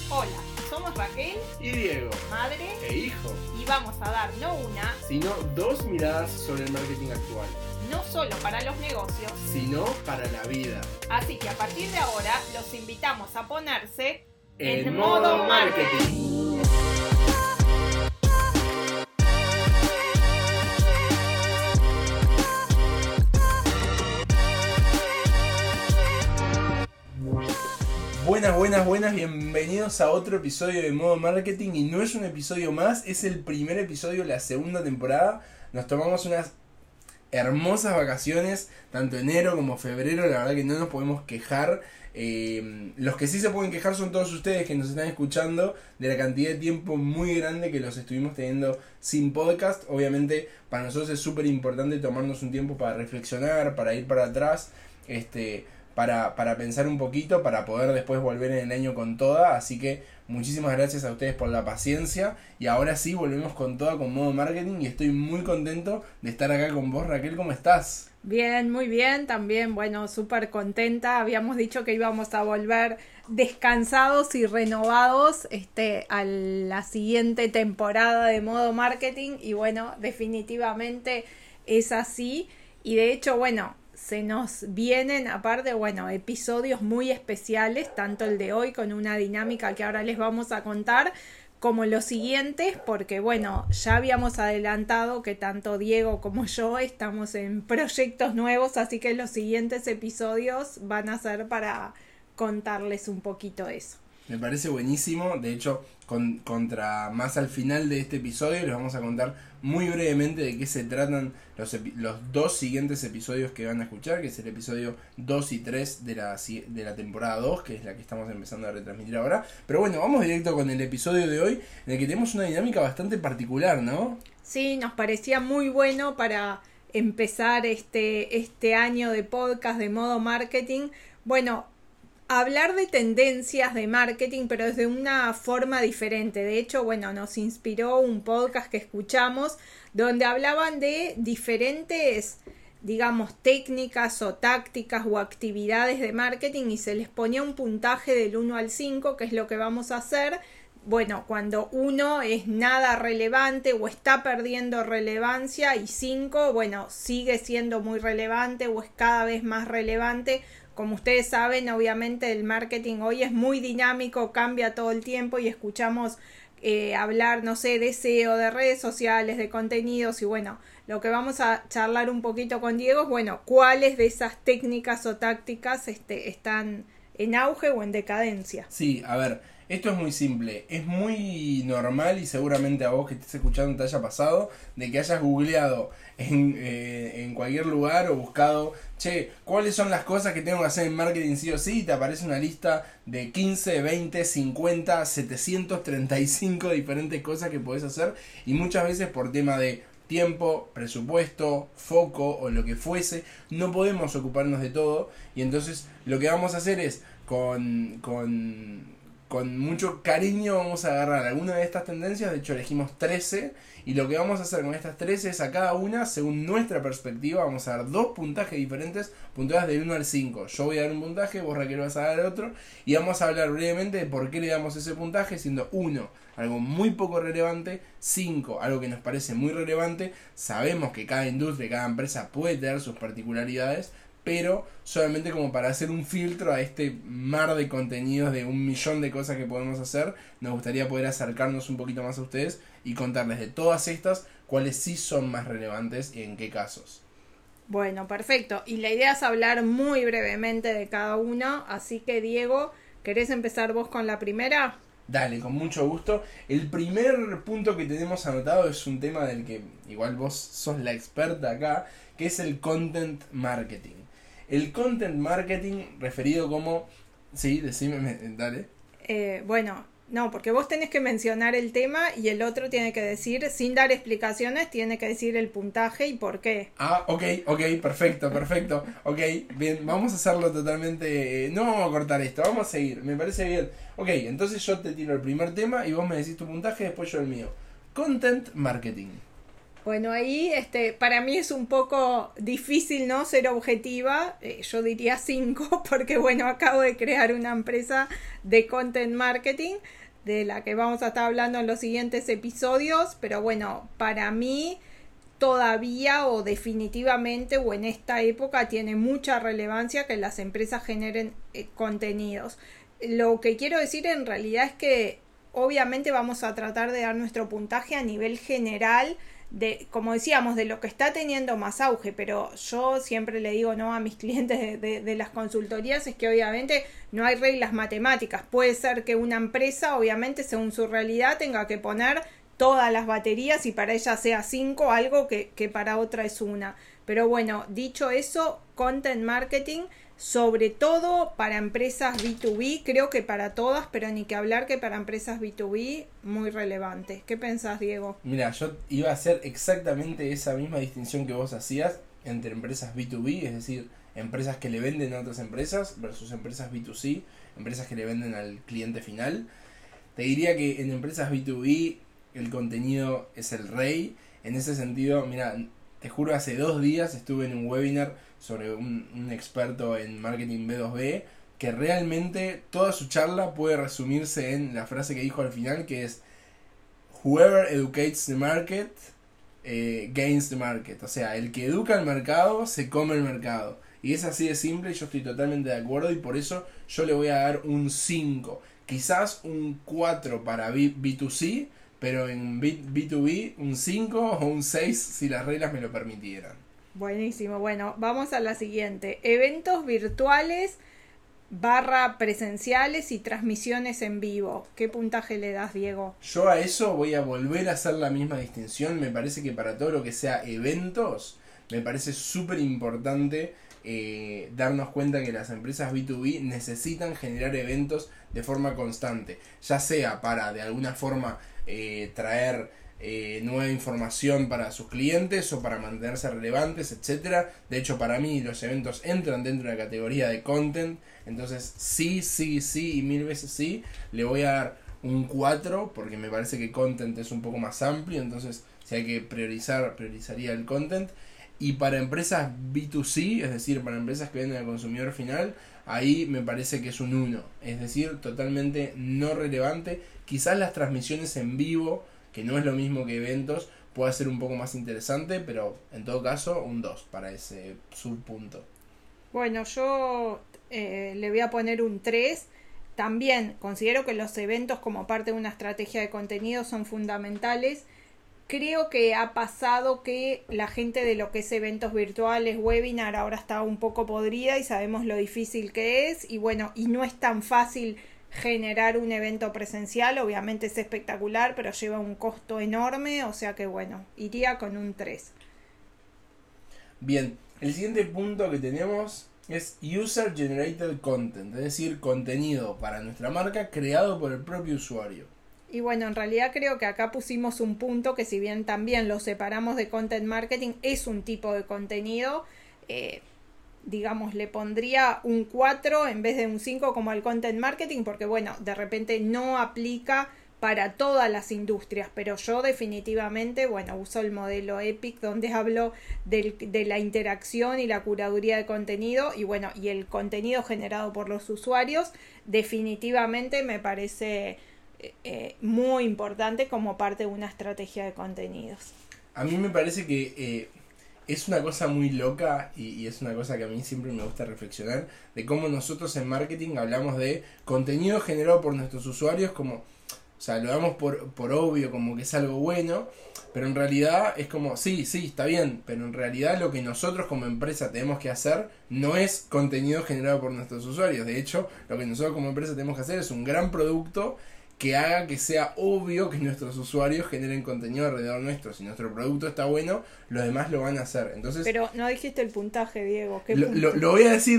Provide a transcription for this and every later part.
Hola, somos Raquel y Diego, madre e hijo, y vamos a dar no una, sino dos miradas sobre el marketing actual, no solo para los negocios, sino para la vida. Así que a partir de ahora los invitamos a ponerse En modo marketing. Buenas, bienvenidos a otro episodio de Modo Marketing. Y no es un episodio más, es el primer episodio de la segunda temporada. Nos tomamos unas hermosas vacaciones, tanto enero como febrero, la verdad que no nos podemos quejar. Los que sí se pueden quejar son todos ustedes que nos están escuchando de la cantidad de tiempo muy grande que los estuvimos teniendo sin podcast. Obviamente para nosotros es súper importante tomarnos un tiempo para reflexionar, para ir para atrás, para pensar un poquito, para poder después volver en el año con toda. Así que muchísimas gracias a ustedes por la paciencia. Y ahora sí, volvemos con toda, con Modo Marketing. Y estoy muy contento de estar acá con vos, Raquel. ¿Cómo estás? Bien, muy bien, también, bueno, súper contenta. Habíamos dicho que íbamos a volver descansados y renovados a la siguiente temporada de Modo Marketing. Y bueno, definitivamente es así. Y de hecho, bueno, se nos vienen aparte, bueno, episodios muy especiales, tanto el de hoy con una dinámica que ahora les vamos a contar, como los siguientes, porque bueno, ya habíamos adelantado que tanto Diego como yo estamos en proyectos nuevos, así que los siguientes episodios van a ser para contarles un poquito eso. Me parece buenísimo. De hecho, contra más al final de este episodio les vamos a contar muy brevemente de qué se tratan los dos siguientes episodios que van a escuchar, que es el episodio 2 y 3 de la temporada 2, que es la que estamos empezando a retransmitir ahora. Pero bueno, vamos directo con el episodio de hoy, en el que tenemos una dinámica bastante particular, ¿no? Sí, nos parecía muy bueno para empezar este año de podcast de Modo Marketing. Bueno, hablar de tendencias de marketing, pero desde una forma diferente. De hecho, bueno, nos inspiró un podcast que escuchamos donde hablaban de diferentes, digamos, técnicas o tácticas o actividades de marketing y se les ponía un puntaje del 1 al 5, que es lo que vamos a hacer. Bueno, cuando 1 es nada relevante o está perdiendo relevancia y 5, bueno, sigue siendo muy relevante o es cada vez más relevante. Como ustedes saben, obviamente el marketing hoy es muy dinámico, cambia todo el tiempo y escuchamos hablar, no sé, de SEO, de redes sociales, de contenidos y bueno, lo que vamos a charlar un poquito con Diego es, bueno, cuáles de esas técnicas o tácticas están en auge o en decadencia. Sí, a ver, esto es muy simple, es muy normal y seguramente a vos que estés escuchando te haya pasado de que hayas googleado en cualquier lugar o buscado, ¿cuáles son las cosas que tengo que hacer en marketing sí o sí? Y te aparece una lista de 15, 20, 50, 735 diferentes cosas que podés hacer y muchas veces por tema de tiempo, presupuesto, foco o lo que fuese, no podemos ocuparnos de todo y entonces lo que vamos a hacer es con mucho cariño vamos a agarrar alguna de estas tendencias. De hecho elegimos 13 y lo que vamos a hacer con estas 13 es a cada una, según nuestra perspectiva, vamos a dar dos puntajes diferentes, puntajes del 1 al 5. Yo voy a dar un puntaje, vos Raquel vas a dar otro y vamos a hablar brevemente de por qué le damos ese puntaje, siendo 1 algo muy poco relevante, 5 algo que nos parece muy relevante. Sabemos que cada industria, cada empresa puede tener sus particularidades, pero solamente como para hacer un filtro a este mar de contenidos de 1.000.000 de cosas que podemos hacer, nos gustaría poder acercarnos un poquito más a ustedes y contarles de todas estas cuáles sí son más relevantes y en qué casos. Bueno, perfecto. Y la idea es hablar muy brevemente de cada uno, así que Diego, ¿querés empezar vos con la primera? Dale, con mucho gusto. El primer punto que tenemos anotado es un tema del que igual vos sos la experta acá, que es el content marketing. El content marketing referido como... Sí, decime, dale. Bueno, no, porque vos tenés que mencionar el tema y el otro tiene que decir, sin dar explicaciones, tiene que decir el puntaje y por qué. Ah, ok, perfecto. Ok, bien, vamos a hacerlo totalmente... no vamos a cortar esto, vamos a seguir, me parece bien. Ok, entonces yo te tiro el primer tema y vos me decís tu puntaje, después yo el mío. Content marketing. Bueno, ahí para mí es un poco difícil, ¿no? Ser objetiva. Yo diría 5 porque bueno, acabo de crear una empresa de content marketing de la que vamos a estar hablando en los siguientes episodios, pero bueno, para mí todavía o definitivamente o en esta época tiene mucha relevancia que las empresas generen contenidos. Lo que quiero decir en realidad es que obviamente vamos a tratar de dar nuestro puntaje a nivel general de, como decíamos, de lo que está teniendo más auge, pero yo siempre le digo no a mis clientes de las consultorías es que obviamente no hay reglas matemáticas. Puede ser que una empresa, obviamente, según su realidad, tenga que poner todas las baterías y para ella sea 5, algo que para otra es una. Pero bueno, dicho eso, content marketing, sobre todo para empresas B2B, creo que para todas, pero ni que hablar que para empresas B2B, muy relevante. ¿Qué pensás, Diego? Mira, yo iba a hacer exactamente esa misma distinción que vos hacías entre empresas B2B, es decir, empresas que le venden a otras empresas versus empresas B2C, empresas que le venden al cliente final. Te diría que en empresas B2B el contenido es el rey. En ese sentido, mira, te juro, hace 2 días estuve en un webinar sobre un experto en marketing B2B que realmente toda su charla puede resumirse en la frase que dijo al final, que es whoever educates the market gains the market. O sea, el que educa al mercado se come el mercado. Y es así de simple, yo estoy totalmente de acuerdo y por eso yo le voy a dar un 5. Quizás un 4 para B2C, pero en B2B un 5 o un 6 si las reglas me lo permitieran. Buenísimo, bueno, vamos a la siguiente. Eventos virtuales / presenciales y transmisiones en vivo. ¿Qué puntaje le das, Diego? Yo a eso voy a volver a hacer la misma distinción. Me parece que para todo lo que sea eventos, me parece súper importante darnos cuenta que las empresas B2B necesitan generar eventos de forma constante, ya sea para de alguna forma traer nueva información para sus clientes o para mantenerse relevantes, etcétera. De hecho, para mí los eventos entran dentro de la categoría de content, entonces sí y 1000 veces sí, le voy a dar un 4 porque me parece que content es un poco más amplio, entonces si hay que priorizaría el content. Y para empresas B2C, es decir, para empresas que venden al consumidor final, ahí me parece que es un 1, es decir, totalmente no relevante. Quizás las transmisiones en vivo, que no es lo mismo que eventos, pueda ser un poco más interesante, pero en todo caso un 2 para ese subpunto. Bueno, yo le voy a poner un 3. También considero que los eventos como parte de una estrategia de contenido son fundamentales. Creo que ha pasado que la gente de lo que es eventos virtuales, webinar, ahora está un poco podrida y sabemos lo difícil que es. Y bueno, y no es tan fácil generar un evento presencial. Obviamente es espectacular, pero lleva un costo enorme. O sea que bueno, iría con un 3. Bien, el siguiente punto que tenemos es User Generated Content, es decir, contenido para nuestra marca creado por el propio usuario. Y bueno, en realidad creo que acá pusimos un punto que si bien también lo separamos de content marketing, es un tipo de contenido. Digamos, le pondría un 4 en vez de un 5 como el content marketing, porque bueno, de repente no aplica para todas las industrias, pero yo definitivamente, bueno, uso el modelo EPIC donde hablo de la interacción y la curaduría de contenido y bueno, y el contenido generado por los usuarios, definitivamente me parece muy importante como parte de una estrategia de contenidos. A mí me parece que es una cosa muy loca y es una cosa que a mí siempre me gusta reflexionar de cómo nosotros en marketing hablamos de contenido generado por nuestros usuarios como, o sea, lo damos por obvio como que es algo bueno, pero en realidad es como, sí, está bien, pero en realidad lo que nosotros como empresa tenemos que hacer no es contenido generado por nuestros usuarios. De hecho, lo que nosotros como empresa tenemos que hacer es un gran producto que haga que sea obvio que nuestros usuarios generen contenido alrededor nuestro. Si nuestro producto está bueno, los demás lo van a hacer. Entonces, pero no dijiste el puntaje, Diego. Lo voy a decir.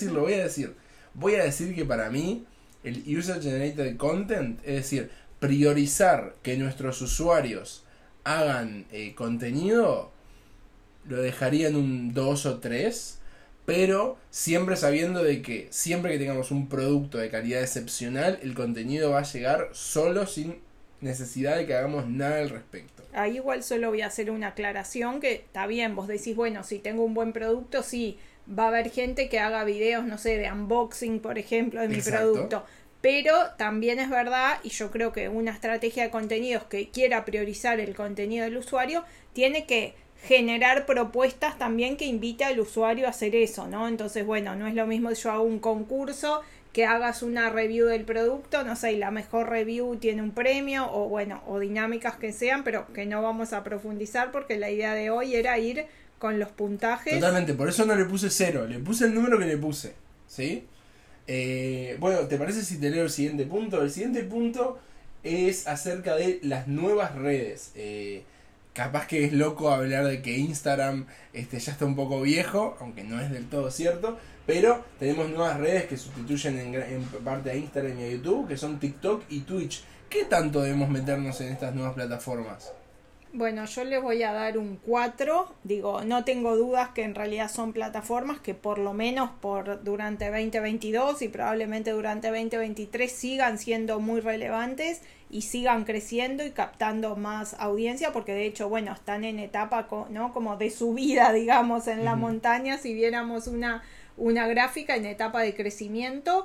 Voy a decir que para mí el User Generated Content, es decir, priorizar que nuestros usuarios hagan contenido, lo dejaría en un 2 o 3, pero siempre sabiendo de que siempre que tengamos un producto de calidad excepcional, el contenido va a llegar solo sin necesidad de que hagamos nada al respecto. Ahí igual solo voy a hacer una aclaración que está bien, vos decís, bueno, si tengo un buen producto, sí, va a haber gente que haga videos, no sé, de unboxing, por ejemplo, de mi producto. Pero también es verdad, y yo creo que una estrategia de contenidos que quiera priorizar el contenido del usuario, tiene que generar propuestas también que invite al usuario a hacer eso, ¿no? Entonces, bueno, no es lo mismo si yo hago un concurso, que hagas una review del producto, no sé, y la mejor review tiene un premio, o bueno, o dinámicas que sean, pero que no vamos a profundizar porque la idea de hoy era ir con los puntajes. Totalmente, por eso no le puse 0, le puse el número que le puse, ¿sí? Bueno, ¿te parece si te leo el siguiente punto? El siguiente punto es acerca de las nuevas redes. Capaz que es loco hablar de que Instagram ya está un poco viejo, aunque no es del todo cierto, pero tenemos nuevas redes que sustituyen en parte a Instagram y a YouTube, que son TikTok y Twitch. ¿Qué tanto debemos meternos en estas nuevas plataformas? Bueno, yo les voy a dar un 4. Digo, no tengo dudas que en realidad son plataformas que por lo menos durante 2022 y probablemente durante 2023 sigan siendo muy relevantes y sigan creciendo y captando más audiencia, porque de hecho, bueno, están en etapa, ¿no?, como de subida, digamos, en la montaña, si viéramos una gráfica en etapa de crecimiento.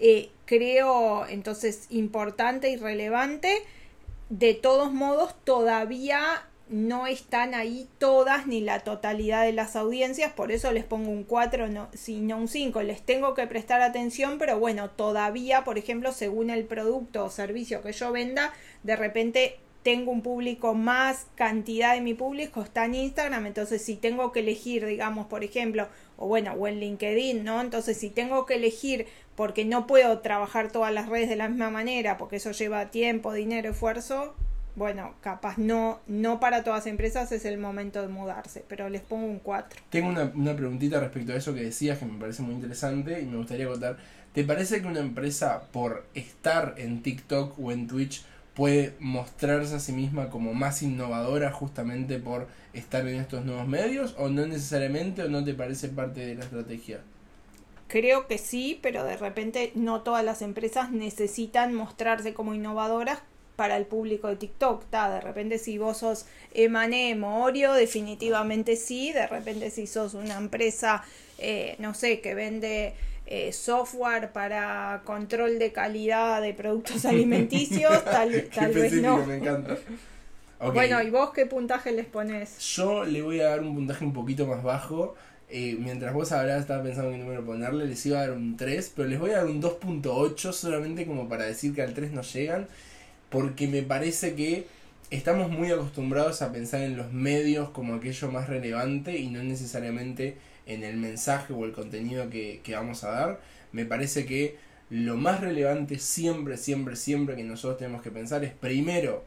Creo entonces importante y relevante. De todos modos, todavía no están ahí todas ni la totalidad de las audiencias, por eso les pongo un 4, sino un 5. Les tengo que prestar atención, pero bueno, todavía, por ejemplo, según el producto o servicio que yo venda, de repente tengo un público, más cantidad de mi público está en Instagram, entonces si tengo que elegir, digamos, por ejemplo, o en LinkedIn, ¿no? Entonces si tengo que elegir, porque no puedo trabajar todas las redes de la misma manera, porque eso lleva tiempo, dinero, esfuerzo, bueno, capaz no para todas las empresas es el momento de mudarse, pero les pongo un 4. Tengo una preguntita respecto a eso que decías, que me parece muy interesante y me gustaría contar. ¿Te parece que una empresa, por estar en TikTok o en Twitch, puede mostrarse a sí misma como más innovadora justamente por estar en estos nuevos medios, o no necesariamente, o no te parece parte de la estrategia? Creo que sí, pero de repente no todas las empresas necesitan mostrarse como innovadoras para el público de TikTok. De repente si vos sos M&M o Oreo, definitivamente sí. De repente si sos una empresa, no sé, que vende software para control de calidad de productos alimenticios, tal vez no. Me encanta. Okay. Bueno, ¿y vos qué puntaje les ponés? Yo le voy a dar un puntaje un poquito más bajo. Mientras vos hablabas estaba pensando qué número ponerle, les iba a dar un 3, pero les voy a dar un 2.8 solamente como para decir que al 3 no llegan, porque me parece que estamos muy acostumbrados a pensar en los medios como aquello más relevante y no necesariamente en el mensaje o el contenido que vamos a dar. Me parece que lo más relevante siempre que nosotros tenemos que pensar es primero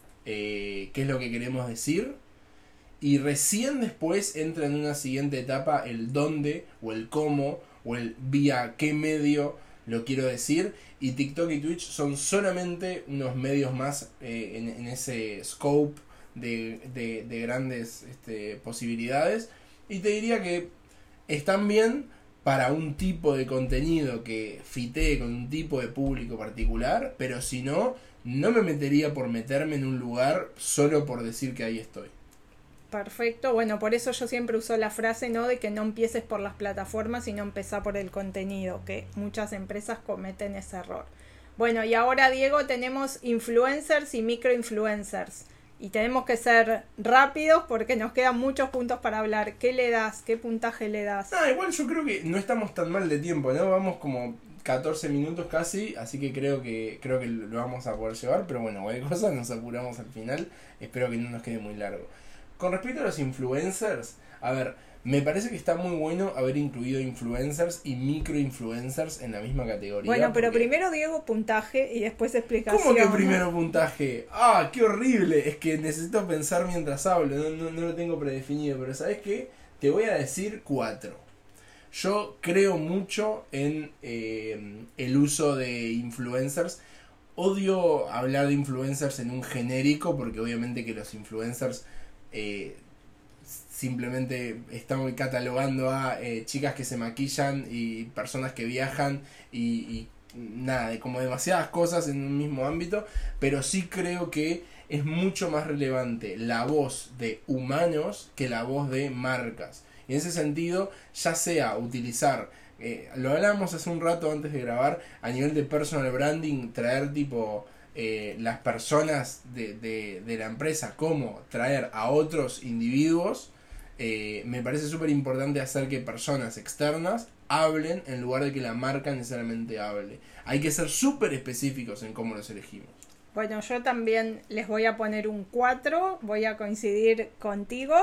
qué es lo que queremos decir, y recién después entra en una siguiente etapa el dónde o el cómo o el vía qué medio lo quiero decir, y TikTok y Twitch son solamente unos medios más en ese scope de grandes posibilidades, y te diría que están bien para un tipo de contenido que fitee con un tipo de público particular, pero si no me metería por meterme en un lugar solo por decir que ahí estoy. Perfecto, bueno, por eso yo siempre uso la frase, ¿no?, de que no empieces por las plataformas, sino empezá por el contenido, que muchas empresas cometen ese error. Bueno, y ahora, Diego, tenemos influencers y microinfluencers, y tenemos que ser rápidos porque nos quedan muchos puntos para hablar. ¿Qué le das? ¿Qué puntaje le das? Igual yo creo que no estamos tan mal de tiempo, ¿no? Vamos como 14 minutos casi, así que creo que lo vamos a poder llevar, pero bueno, cualquier cosa nos apuramos al final, espero que no nos quede muy largo. Con respecto a los influencers, a ver, me parece que está muy bueno haber incluido influencers y microinfluencers en la misma categoría. Bueno, pero primero, Diego, puntaje y después explicación. ¿Cómo que primero puntaje? ¡Ah, qué horrible! Es que necesito pensar mientras hablo, no lo tengo predefinido, pero ¿sabes qué? Te voy a decir 4. Yo creo mucho en el uso de influencers. Odio hablar de influencers en un genérico, porque obviamente que los influencers simplemente estamos catalogando a chicas que se maquillan y personas que viajan y nada, de como demasiadas cosas en un mismo ámbito, pero sí creo que es mucho más relevante la voz de humanos que la voz de marcas. Y en ese sentido, ya sea utilizar, lo hablábamos hace un rato antes de grabar, a nivel de personal branding, traer tipo las personas de la empresa, como traer a otros individuos, me parece súper importante hacer que personas externas hablen en lugar de que la marca necesariamente hable. Hay que ser súper específicos en cómo los elegimos. Bueno, yo también les voy a poner un 4, voy a coincidir contigo,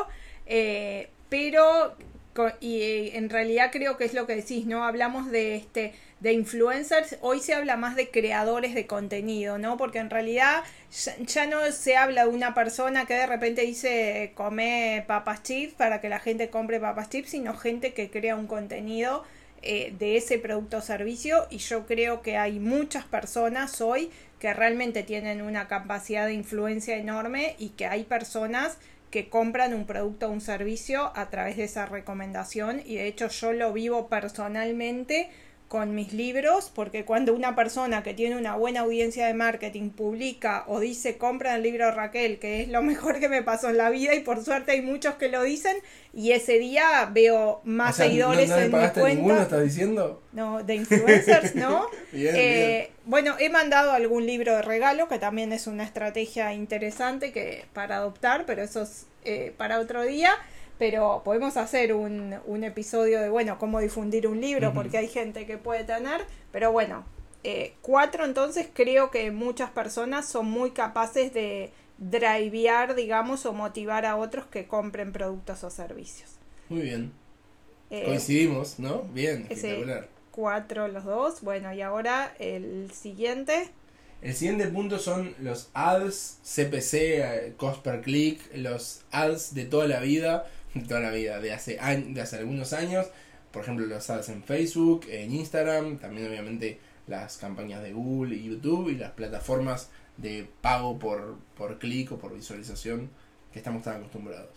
pero en realidad creo que es lo que decís, ¿no? Hablamos de influencers, hoy se habla más de creadores de contenido, ¿no? Porque en realidad ya no se habla de una persona que de repente dice come papas chips para que la gente compre papas chips, sino gente que crea un contenido de ese producto o servicio, y yo creo que hay muchas personas hoy que realmente tienen una capacidad de influencia enorme, y que hay personas que compran un producto o un servicio a través de esa recomendación, y de hecho yo lo vivo personalmente con mis libros, porque cuando una persona que tiene una buena audiencia de marketing publica o dice compra el libro de Raquel, que es lo mejor que me pasó en la vida, y por suerte hay muchos que lo dicen, y ese día veo más seguidores en mi cuenta. ¿Ninguno estás diciendo? No, de influencers, ¿no? Bien. Bueno, he mandado algún libro de regalo, que también es una estrategia interesante para adoptar, pero eso es para otro día. Pero podemos hacer un episodio de, bueno, cómo difundir un libro, porque hay gente que puede tener. Pero bueno, 4, entonces creo que muchas personas son muy capaces de drivear, digamos, o motivar a otros que compren productos o servicios. Muy bien. Coincidimos, ¿no? Bien, espectacular. 4 los dos. Bueno, y ahora el siguiente. El siguiente punto son los ads, CPC, cost per click, los ads de toda la vida, de hace algunos años. Por ejemplo, los ads en Facebook, en Instagram, también obviamente las campañas de Google y YouTube, y las plataformas de pago por clic o por visualización que estamos tan acostumbrados.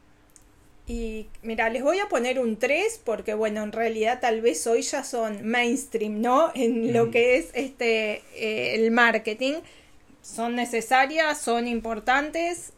Y mira, les voy a poner un 3 porque, bueno, en realidad tal vez hoy ya son mainstream, ¿no? En lo que es el marketing. Son necesarias, son importantes.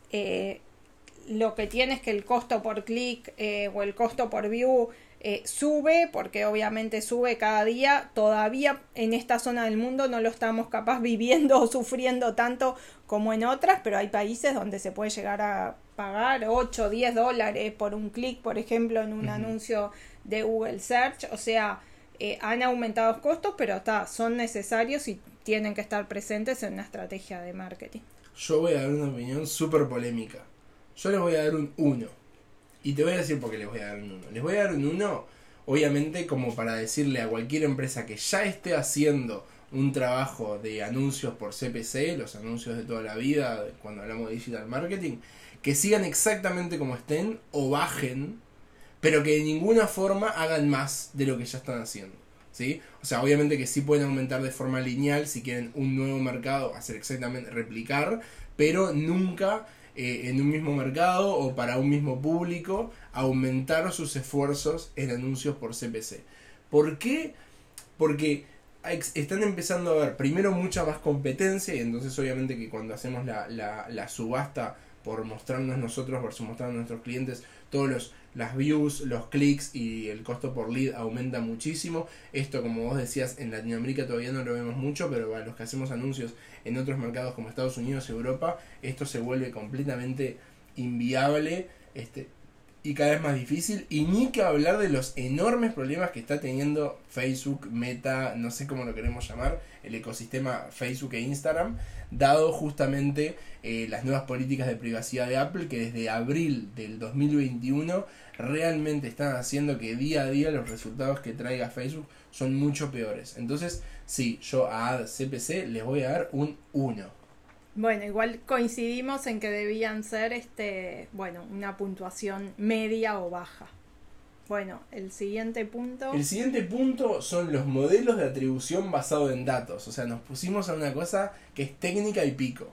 Lo que tiene es que el costo por clic o el costo por view sube, porque obviamente sube cada día. Todavía en esta zona del mundo no lo estamos capaz viviendo o sufriendo tanto como en otras, pero hay países donde se puede llegar a pagar 8 o 10 dólares por un clic, por ejemplo, en un anuncio de Google Search. O sea, han aumentado los costos, pero son necesarios y tienen que estar presentes en una estrategia de marketing. Yo voy a dar una opinión súper polémica. Yo les voy a dar un 1. Y te voy a decir por qué les voy a dar un 1. Les voy a dar un 1, obviamente, como para decirle a cualquier empresa que ya esté haciendo un trabajo de anuncios por CPC, los anuncios de toda la vida, cuando hablamos de digital marketing, que sigan exactamente como estén o bajen, pero que de ninguna forma hagan más de lo que ya están haciendo, ¿sí? O sea, obviamente que sí pueden aumentar de forma lineal si quieren un nuevo mercado, hacer exactamente, replicar, pero nunca en un mismo mercado o para un mismo público aumentar sus esfuerzos en anuncios por CPC. ¿Por qué? Porque están empezando a haber primero mucha más competencia, y entonces obviamente que cuando hacemos la subasta por mostrarnos nosotros versus mostrarnos a nuestros clientes, todos las views, los clics y el costo por lead aumenta muchísimo. Esto, como vos decías, en Latinoamérica todavía no lo vemos mucho, pero para los que hacemos anuncios en otros mercados como Estados Unidos y Europa, esto se vuelve completamente inviable y cada vez más difícil. Y ni que hablar de los enormes problemas que está teniendo Facebook, Meta, no sé cómo lo queremos llamar, el ecosistema Facebook e Instagram, dado justamente las nuevas políticas de privacidad de Apple, que desde abril del 2021 realmente están haciendo que día a día los resultados que traiga Facebook son mucho peores. Entonces, sí, yo a CPC les voy a dar un 1. Bueno, igual coincidimos en que debían ser una puntuación media o baja. Bueno, el siguiente punto. El siguiente punto son los modelos de atribución basado en datos. O sea, nos pusimos a una cosa que es técnica y pico.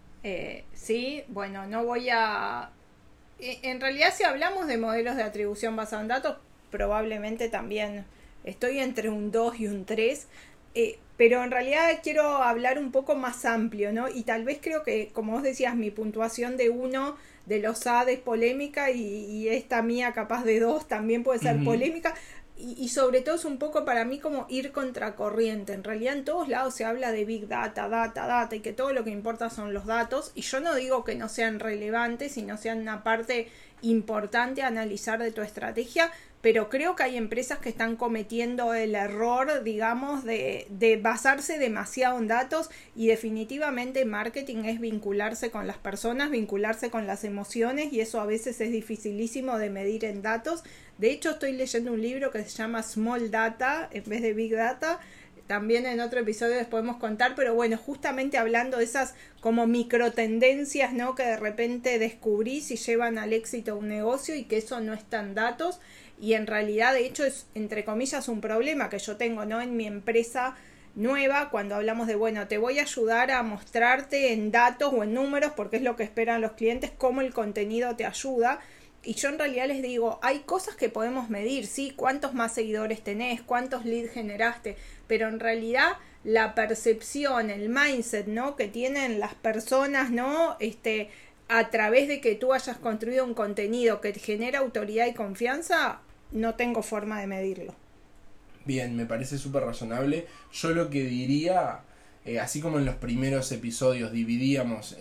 Sí, bueno, no voy a... En realidad, si hablamos de modelos de atribución basado en datos, probablemente también estoy entre un 2 y un 3. Pero en realidad quiero hablar un poco más amplio, ¿no? Y tal vez creo que, como vos decías, mi puntuación de 1 de los AD es polémica y esta mía capaz de 2 también puede ser polémica. Y sobre todo es un poco para mí como ir contracorriente. En realidad en todos lados se habla de Big Data, data, y que todo lo que importa son los datos. Y yo no digo que no sean relevantes y no sean una parte importante a analizar de tu estrategia, pero creo que hay empresas que están cometiendo el error, digamos, de basarse demasiado en datos, y definitivamente marketing es vincularse con las personas, vincularse con las emociones, y eso a veces es dificilísimo de medir en datos. De hecho, estoy leyendo un libro que se llama Small Data en vez de Big Data. También en otro episodio les podemos contar, pero bueno, justamente hablando de esas como microtendencias, ¿no? Que de repente descubrís y llevan al éxito un negocio, y que eso no está en datos. Y en realidad, de hecho, es, entre comillas, un problema que yo tengo, ¿no? En mi empresa nueva, cuando hablamos de, bueno, te voy a ayudar a mostrarte en datos o en números, porque es lo que esperan los clientes, cómo el contenido te ayuda. Y yo en realidad les digo, hay cosas que podemos medir, ¿sí? Cuántos más seguidores tenés, cuántos leads generaste, pero en realidad la percepción, el mindset, ¿no? Que tienen las personas, ¿no? A través de que tú hayas construido un contenido que te genera autoridad y confianza, no tengo forma de medirlo. Bien, me parece súper razonable. Yo lo que diría, así como en los primeros episodios dividíamos,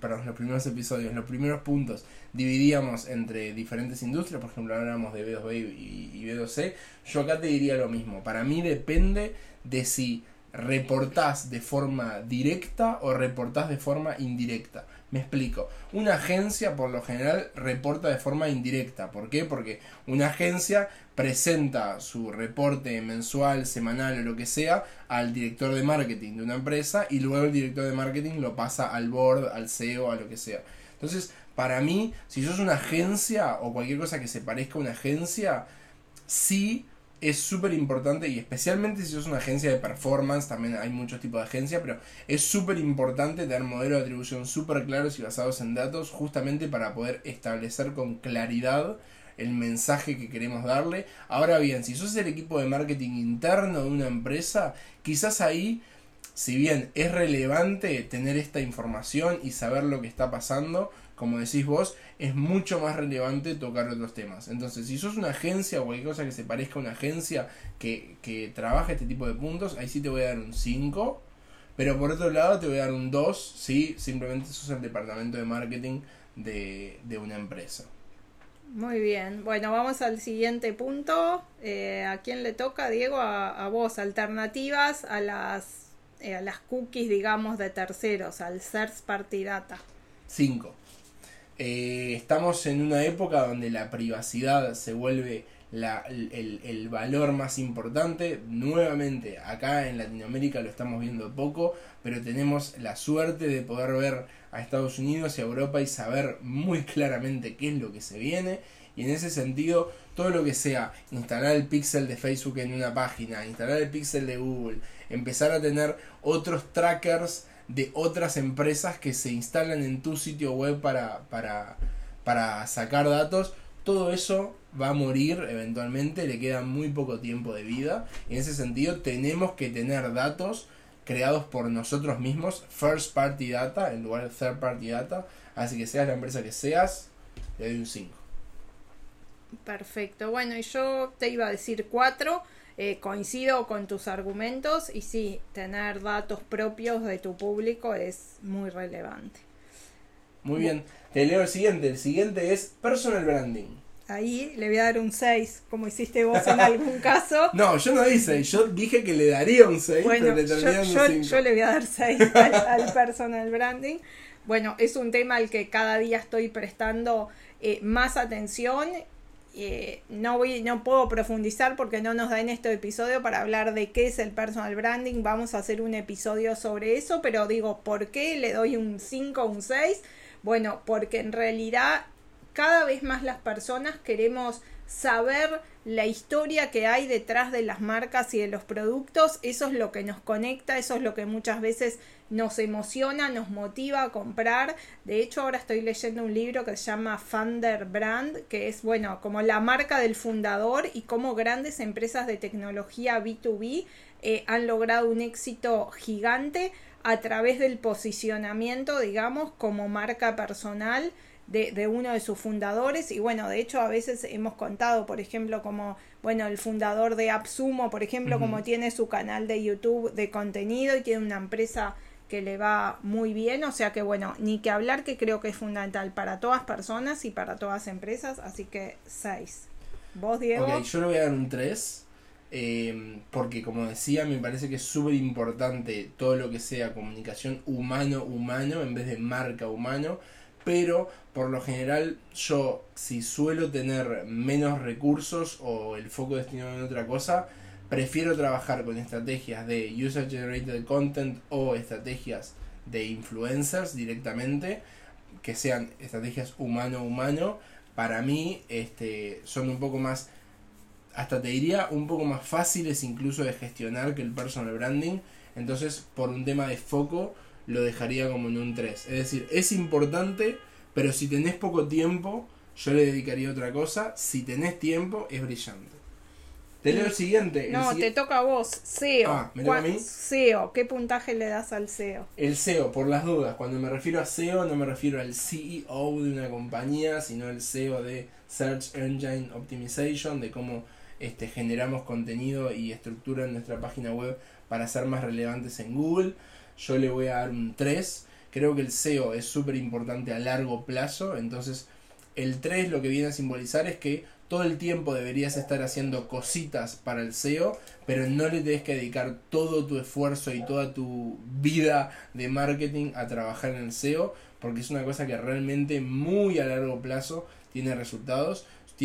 los primeros puntos dividíamos entre diferentes industrias, por ejemplo, hablábamos de B2B y B2C, yo acá te diría lo mismo. Para mí depende de si reportás de forma directa o reportás de forma indirecta. Me explico. Una agencia por lo general reporta de forma indirecta. ¿Por qué? Porque una agencia presenta su reporte mensual, semanal o lo que sea al director de marketing de una empresa, y luego el director de marketing lo pasa al board, al CEO, a lo que sea. Entonces, para mí, si sos una agencia o cualquier cosa que se parezca a una agencia, sí es súper importante, y especialmente si sos una agencia de performance, también hay muchos tipos de agencia, pero es súper importante tener modelos de atribución súper claros y basados en datos, justamente para poder establecer con claridad el mensaje que queremos darle. Ahora bien, si sos el equipo de marketing interno de una empresa, quizás ahí, si bien es relevante tener esta información y saber lo que está pasando, como decís vos, es mucho más relevante tocar otros temas. Entonces, si sos una agencia o cualquier cosa que se parezca a una agencia que trabaja este tipo de puntos, ahí sí te voy a dar un 5. Pero por otro lado te voy a dar un 2 si simplemente sos el departamento de marketing de una empresa. Muy bien, bueno, vamos al siguiente punto. ¿A quién le toca, Diego? A vos. Alternativas a las cookies, digamos, de terceros, al Third Party Data. 5. Estamos en una época donde la privacidad se vuelve el valor más importante. Nuevamente, acá en Latinoamérica lo estamos viendo poco, pero tenemos la suerte de poder ver a Estados Unidos y a Europa y saber muy claramente qué es lo que se viene. Y en ese sentido, todo lo que sea instalar el pixel de Facebook en una página, instalar el pixel de Google, empezar a tener otros trackers de otras empresas que se instalan en tu sitio web para sacar datos, todo eso va a morir eventualmente, le queda muy poco tiempo de vida. En ese sentido, tenemos que tener datos creados por nosotros mismos, first party data en lugar de third party data. Así que seas la empresa que seas, le doy un 5. Perfecto, bueno, y yo te iba a decir 4. Coincido con tus argumentos, y sí, tener datos propios de tu público es muy relevante. Muy bien, te leo el siguiente. El siguiente es personal branding. Ahí le voy a dar un 6, como hiciste vos en algún caso. No, yo no dije, yo dije que le daría un 6, bueno, pero le terminé dando un 5. Yo le voy a dar 6 al personal branding. Bueno, es un tema al que cada día estoy prestando más atención. No puedo profundizar porque no nos da en este episodio para hablar de qué es el personal branding. Vamos a hacer un episodio sobre eso, pero digo, ¿por qué le doy un 5 o un 6? Bueno, porque en realidad cada vez más las personas queremos saber la historia que hay detrás de las marcas y de los productos. Eso es lo que nos conecta, eso es lo que muchas veces nos emociona, nos motiva a comprar. De hecho, ahora estoy leyendo un libro que se llama Founder Brand, que es, bueno, como la marca del fundador, y cómo grandes empresas de tecnología B2B han logrado un éxito gigante a través del posicionamiento, digamos, como marca personal de uno de sus fundadores. Y bueno, de hecho a veces hemos contado, por ejemplo, como bueno, el fundador de AppSumo, por ejemplo, como tiene su canal de YouTube de contenido y tiene una empresa que le va muy bien, o sea que bueno, ni que hablar, que creo que es fundamental para todas personas y para todas empresas, así que 6. ¿Vos, Diego? Ok, yo le voy a dar un 3, porque como decía, me parece que es súper importante todo lo que sea comunicación humano-humano en vez de marca-humano, pero por lo general yo, si suelo tener menos recursos o el foco destinado en otra cosa, prefiero trabajar con estrategias de user generated content o estrategias de influencers directamente, que sean estrategias humano-humano. Para mí son un poco más, hasta te diría un poco más fáciles incluso de gestionar que el personal branding. Entonces, por un tema de foco, lo dejaría como en un 3. Es decir, es importante, pero si tenés poco tiempo, yo le dedicaría a otra cosa. Si tenés tiempo, es brillante. Te leo el siguiente. No, te toca a vos. SEO. Ah, ¿me toca a mí? SEO. ¿Qué puntaje le das al SEO? El SEO, por las dudas. Cuando me refiero a SEO, no me refiero al CEO de una compañía, sino el SEO de Search Engine Optimization, de cómo generamos contenido y estructura en nuestra página web para ser más relevantes en Google. Yo le voy a dar un 3. Creo que el SEO es súper importante a largo plazo. Entonces, el 3 lo que viene a simbolizar es que todo el tiempo deberías estar haciendo cositas para el SEO, pero no le tenés que dedicar todo tu esfuerzo y toda tu vida de marketing a trabajar en el SEO, porque es una cosa que realmente muy a largo plazo tiene resultados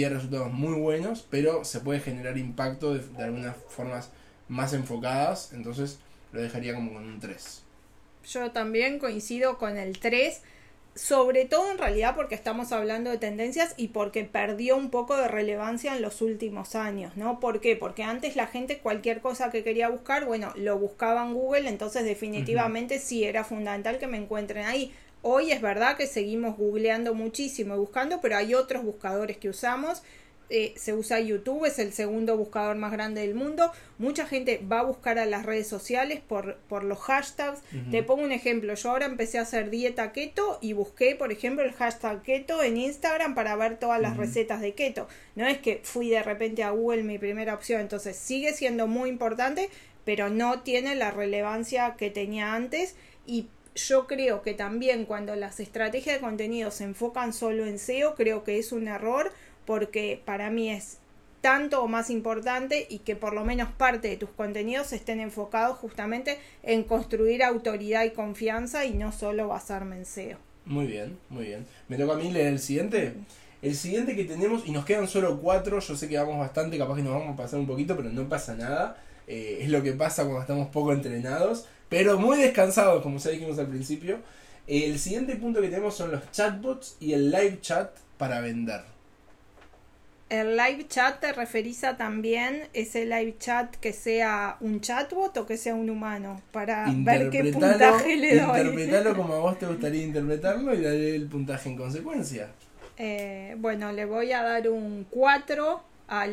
muy buenos, pero se puede generar impacto de algunas formas más enfocadas. Entonces lo dejaría como con un 3. Yo también coincido con el 3. Sobre todo en realidad porque estamos hablando de tendencias y porque perdió un poco de relevancia en los últimos años, ¿no? ¿Por qué? Porque antes la gente cualquier cosa que quería buscar, bueno, lo buscaba en Google, entonces definitivamente sí era fundamental que me encuentren ahí. Hoy es verdad que seguimos googleando muchísimo y buscando, pero hay otros buscadores que usamos. Se usa YouTube, es el segundo buscador más grande del mundo. Mucha gente va a buscar a las redes sociales por los hashtags. Te pongo un ejemplo. Yo ahora empecé a hacer dieta keto y busqué, por ejemplo, el hashtag keto en Instagram para ver todas las recetas de keto. No es que fui de repente a Google mi primera opción. Entonces sigue siendo muy importante, pero no tiene la relevancia que tenía antes. Y yo creo que también cuando las estrategias de contenido se enfocan solo en SEO, creo que es un error, porque para mí es tanto o más importante y que por lo menos parte de tus contenidos estén enfocados justamente en construir autoridad y confianza y no solo basarme en SEO. Muy bien, muy bien. ¿Me toca a mí leer el siguiente? El siguiente que tenemos, y nos quedan solo 4, yo sé que vamos bastante, capaz que nos vamos a pasar un poquito, pero no pasa nada. Es lo que pasa cuando estamos poco entrenados, pero muy descansados, como ya dijimos al principio. El siguiente punto que tenemos son los chatbots y el live chat para vender. ¿El live chat te referís a también ese live chat que sea un chatbot o que sea un humano? Para ver qué puntaje le doy. Interpretalo como a vos te gustaría interpretarlo y darle el puntaje en consecuencia. Bueno, le voy a dar un 4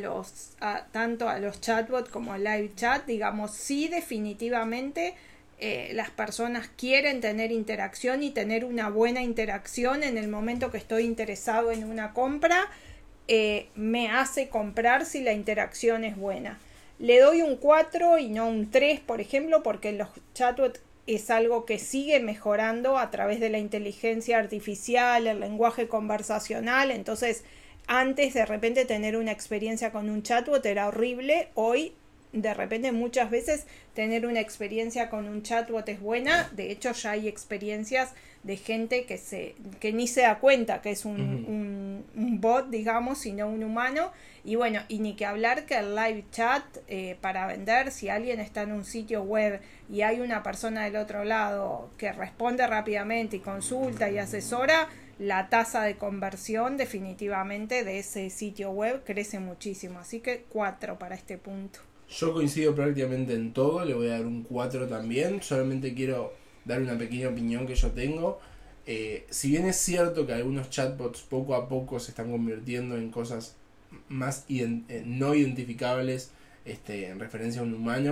tanto a los chatbots como al live chat. Digamos, sí, definitivamente las personas quieren tener interacción y tener una buena interacción en el momento que estoy interesado en una compra. Me hace comprar si la interacción es buena. Le doy un 4 y no un 3, por ejemplo, porque los chatbots es algo que sigue mejorando a través de la inteligencia artificial, el lenguaje conversacional. Entonces, antes de repente tener una experiencia con un chatbot era horrible. Hoy, de repente, muchas veces tener una experiencia con un chatbot es buena. De hecho, ya hay experiencias de gente que ni se da cuenta que es un bot, digamos, sino un humano. Y bueno, y ni que hablar que el live chat para vender, si alguien está en un sitio web y hay una persona del otro lado que responde rápidamente y consulta y asesora, la tasa de conversión definitivamente de ese sitio web crece muchísimo. Así que 4 para este punto. Yo coincido prácticamente en todo, le voy a dar un 4 también. Solamente quiero dar una pequeña opinión que yo tengo. Si bien es cierto que algunos chatbots poco a poco se están convirtiendo en cosas más no identificables en referencia a un humano,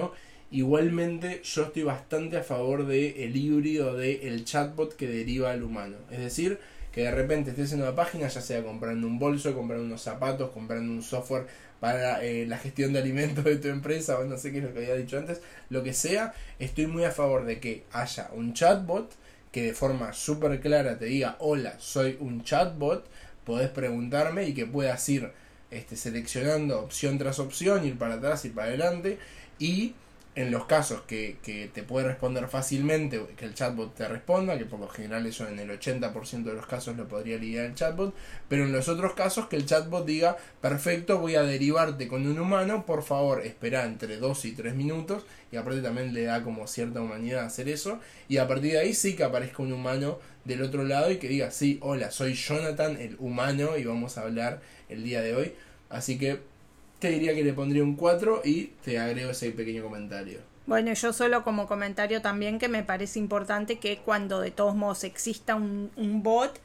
igualmente yo estoy bastante a favor del híbrido del chatbot que deriva al humano. Es decir, que de repente estés en una página, ya sea comprando un bolso, comprando unos zapatos, comprando un software para la gestión de alimentos de tu empresa, o no sé qué es lo que había dicho antes, lo que sea, estoy muy a favor de que haya un chatbot que de forma súper clara te diga: hola, soy un chatbot, podés preguntarme, y que puedas ir seleccionando opción tras opción, ir para atrás, ir para adelante, y en los casos que te puede responder fácilmente, que el chatbot te responda, que por lo general eso en el 80% de los casos lo podría lidiar el chatbot, pero en los otros casos que el chatbot diga: perfecto, voy a derivarte con un humano, por favor espera entre 2 y 3 minutos, y aparte también le da como cierta humanidad hacer eso, y a partir de ahí sí que aparezca un humano del otro lado y que diga: sí, hola, soy Jonathan, el humano, y vamos a hablar el día de hoy. Así que te diría que le pondría un 4 y te agrego ese pequeño comentario. Bueno, yo solo como comentario también que me parece importante que cuando de todos modos exista un bot,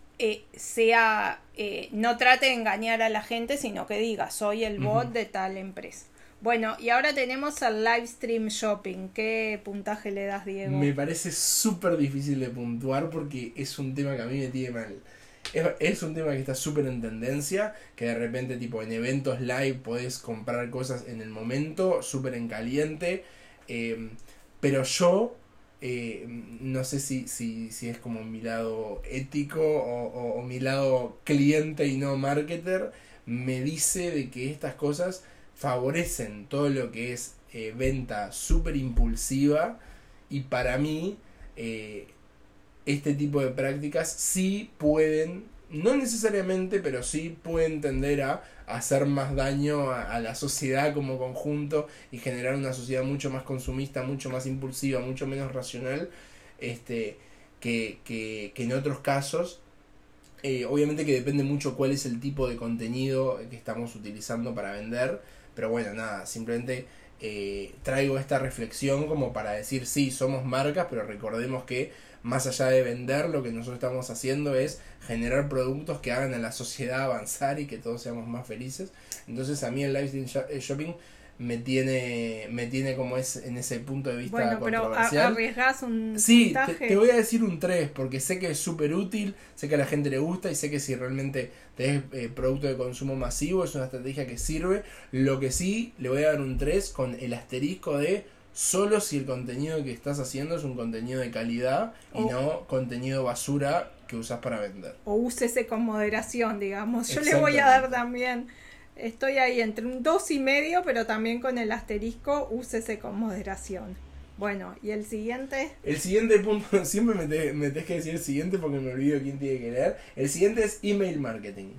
no trate de engañar a la gente, sino que diga: soy el bot de tal empresa. Bueno, y ahora tenemos el live stream shopping. ¿Qué puntaje le das, Diego? Me parece súper difícil de puntuar porque es un tema que a mí me tiene mal. Es un tema que está súper en tendencia, que de repente tipo en eventos live podés comprar cosas en el momento, súper en caliente, pero yo no sé si es como mi lado ético o mi lado cliente y no marketer, me dice de que estas cosas favorecen todo lo que es venta súper impulsiva, y para mí este tipo de prácticas sí pueden, no necesariamente, pero sí pueden tender a hacer más daño a la sociedad como conjunto y generar una sociedad mucho más consumista, mucho más impulsiva, mucho menos racional que en otros casos. Obviamente que depende mucho cuál es el tipo de contenido que estamos utilizando para vender, pero bueno, nada, simplemente traigo esta reflexión como para decir: sí, somos marcas, pero recordemos que más allá de vender, lo que nosotros estamos haciendo es generar productos que hagan a la sociedad avanzar y que todos seamos más felices. Entonces a mí el live stream shopping me tiene como es en ese punto de vista controversial. Pero arriesgás un sí, puntaje. te voy a decir un 3 porque sé que es súper útil, sé que a la gente le gusta y sé que si realmente tenés producto de consumo masivo es una estrategia que sirve. Lo que sí, le voy a dar un 3 con el asterisco de solo si el contenido que estás haciendo es un contenido de calidad y no contenido basura que usas para vender. O úsese con moderación, digamos. Yo le voy a dar también, estoy ahí entre un 2,5, pero también con el asterisco, úsese con moderación. Bueno, ¿y el siguiente? El siguiente punto, siempre me tenés que decir el siguiente porque me olvido quién tiene que leer. El siguiente es email marketing.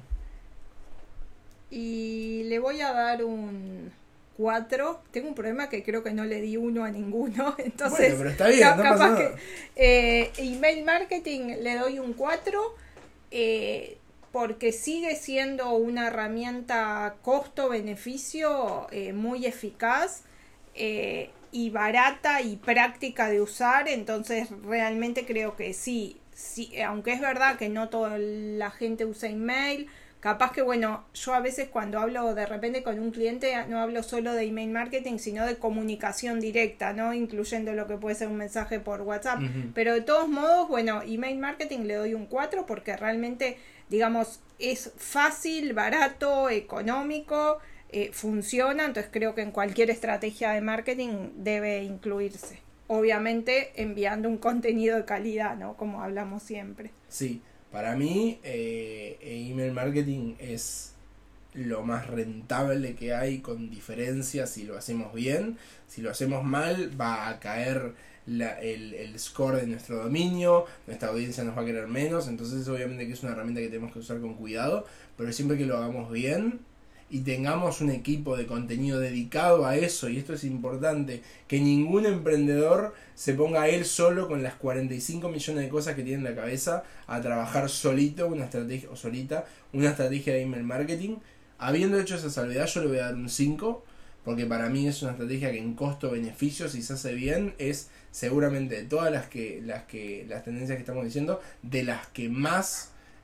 Y le voy a dar un 4. Tengo un problema que creo que no le di 1 a ninguno. Entonces, bueno, pero está bien, no pasa nada. Email marketing le doy un 4. Porque sigue siendo una herramienta costo-beneficio muy eficaz y barata y práctica de usar. Entonces realmente creo que sí, aunque es verdad que no toda la gente usa email. Capaz que, bueno, yo a veces cuando hablo de repente con un cliente no hablo solo de email marketing, sino de comunicación directa, ¿no? Incluyendo lo que puede ser un mensaje por WhatsApp. Pero de todos modos, bueno, email marketing le doy un 4 porque realmente, digamos, es fácil, barato, económico, funciona. Entonces creo que en cualquier estrategia de marketing debe incluirse. Obviamente enviando un contenido de calidad, ¿no? Como hablamos siempre. Sí. Para mí, email marketing es lo más rentable que hay, con diferencia si lo hacemos bien. Si lo hacemos mal, va a caer el score de nuestro dominio, nuestra audiencia nos va a querer menos. Entonces obviamente que es una herramienta que tenemos que usar con cuidado, pero siempre que lo hagamos bien y tengamos un equipo de contenido dedicado a eso, y esto es importante, que ningún emprendedor se ponga él solo con las 45 millones de cosas que tiene en la cabeza a trabajar solito una estrategia o solita una estrategia de email marketing. Habiendo hecho esa salvedad, yo le voy a dar un 5, porque para mí es una estrategia que en costo-beneficio, si se hace bien, es seguramente de todas las tendencias que estamos diciendo, de las que más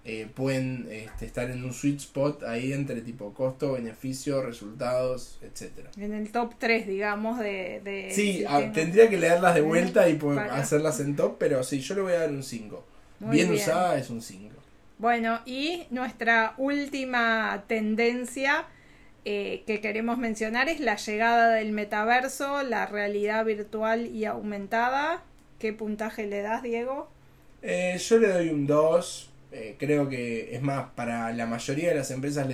pueden estar en un sweet spot ahí entre tipo costo, beneficio, resultados, etcétera. En el top 3, digamos, Sí, si tendría que leerlas de vuelta y para hacerlas en top, pero sí, yo le voy a dar un 5. Muy Bien bien. usada es un 5. Bueno, y nuestra última tendencia que queremos mencionar es la llegada del metaverso, la realidad virtual y aumentada. ¿Qué puntaje le das, Diego? Yo le doy un 2. Creo que es más, para la mayoría de las empresas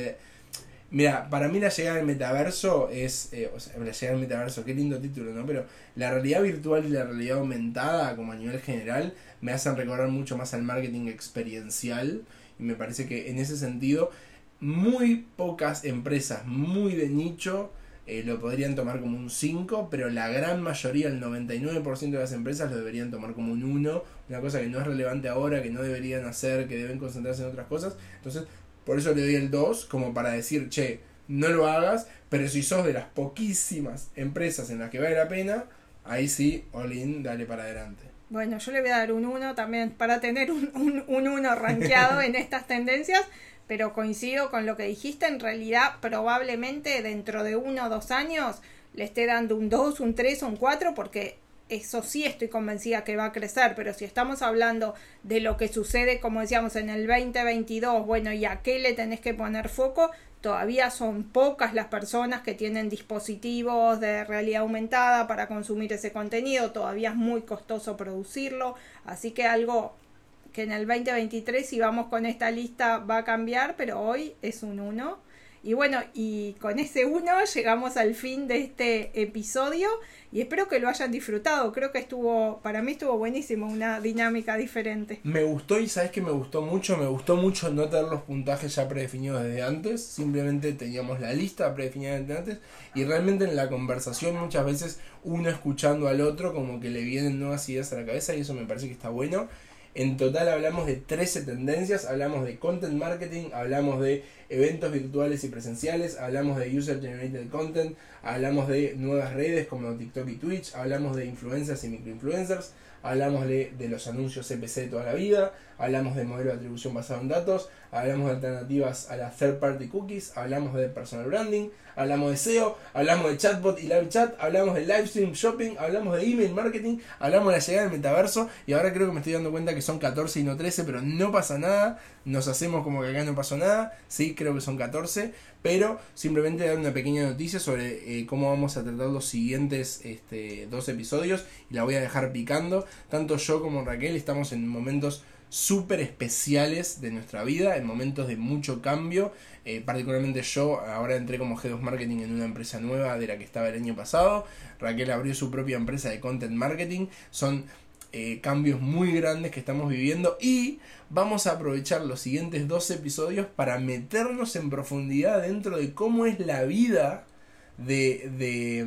Mira, para mí la llegada del metaverso es... o sea, la llegada del metaverso, qué lindo título, ¿no? Pero la realidad virtual y la realidad aumentada, como a nivel general, me hacen recordar mucho más al marketing experiencial. Y me parece que en ese sentido, muy pocas empresas muy de nicho lo podrían tomar como un 5, pero la gran mayoría, el 99% de las empresas lo deberían tomar como un 1, una cosa que no es relevante ahora, que no deberían hacer, que deben concentrarse en otras cosas. Entonces, por eso le doy el 2, como para decir, che, no lo hagas, pero si sos de las poquísimas empresas en las que vale la pena, ahí sí, all in, dale para adelante. Bueno, yo le voy a dar un 1 también para tener un 1 rankeado en estas tendencias, pero coincido con lo que dijiste. En realidad, probablemente dentro de 1 o 2 años le esté dando un 2, un 3 o un 4, porque eso sí estoy convencida que va a crecer. Pero si estamos hablando de lo que sucede, como decíamos, en el 2022, bueno, ¿y a qué le tenés que poner foco? Todavía son pocas las personas que tienen dispositivos de realidad aumentada para consumir ese contenido. Todavía es muy costoso producirlo. Así que algo que en el 2023, si vamos con esta lista, va a cambiar, pero hoy es un 1. Y bueno, y con ese 1 llegamos al fin de este episodio y espero que lo hayan disfrutado. Creo que para mí estuvo buenísimo, una dinámica diferente. Me gustó, y sabes que me gustó mucho no tener los puntajes ya predefinidos desde antes. Simplemente teníamos la lista predefinida desde antes, y realmente en la conversación muchas veces uno escuchando al otro como que le vienen nuevas ideas a la cabeza, y eso me parece que está bueno. En total hablamos de 13 tendencias, hablamos de content marketing, hablamos de eventos virtuales y presenciales, hablamos de user generated content, hablamos de nuevas redes como TikTok y Twitch, hablamos de influencers y microinfluencers, hablamos de los anuncios CPC de toda la vida, hablamos de modelo de atribución basado en datos, hablamos de alternativas a las third party cookies, hablamos de personal branding, hablamos de SEO, hablamos de chatbot y live chat, hablamos de live stream shopping, hablamos de email marketing, hablamos de la llegada del metaverso, y ahora creo que me estoy dando cuenta que son 14 y no 13, pero no pasa nada, nos hacemos como que acá no pasó nada. Sí, creo que son 14, pero simplemente dar una pequeña noticia sobre cómo vamos a tratar los siguientes 2 episodios, y la voy a dejar picando. Tanto yo como Raquel estamos en momentos súper especiales de nuestra vida, en momentos de mucho cambio. Particularmente yo ahora entré como Head of Marketing en una empresa nueva de la que estaba el año pasado. Raquel abrió su propia empresa de Content Marketing. Son cambios muy grandes que estamos viviendo, y vamos a aprovechar los siguientes 2 episodios para meternos en profundidad dentro de cómo es la vida de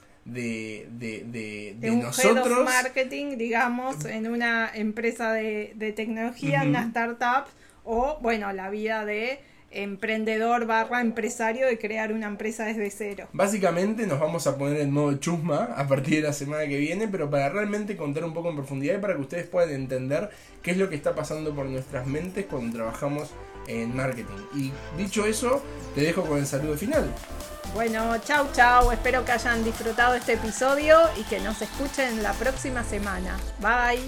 un nosotros. Head of Marketing, digamos, en una empresa de tecnología, en una startup, o bueno, la vida de emprendedor / empresario de crear una empresa desde cero. Básicamente nos vamos a poner en modo chusma a partir de la semana que viene, pero para realmente contar un poco en profundidad y para que ustedes puedan entender qué es lo que está pasando por nuestras mentes cuando trabajamos en marketing. Y dicho eso, te dejo con el saludo final. Bueno, chau, espero que hayan disfrutado este episodio y que nos escuchen la próxima semana. Bye.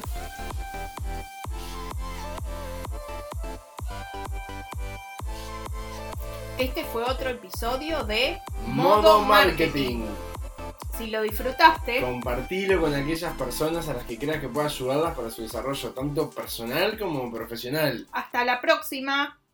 Este fue otro episodio de Modo Marketing. Si lo disfrutaste, Compartilo con aquellas personas a las que creas que pueda ayudarlas para su desarrollo tanto personal como profesional. hasta la próxima.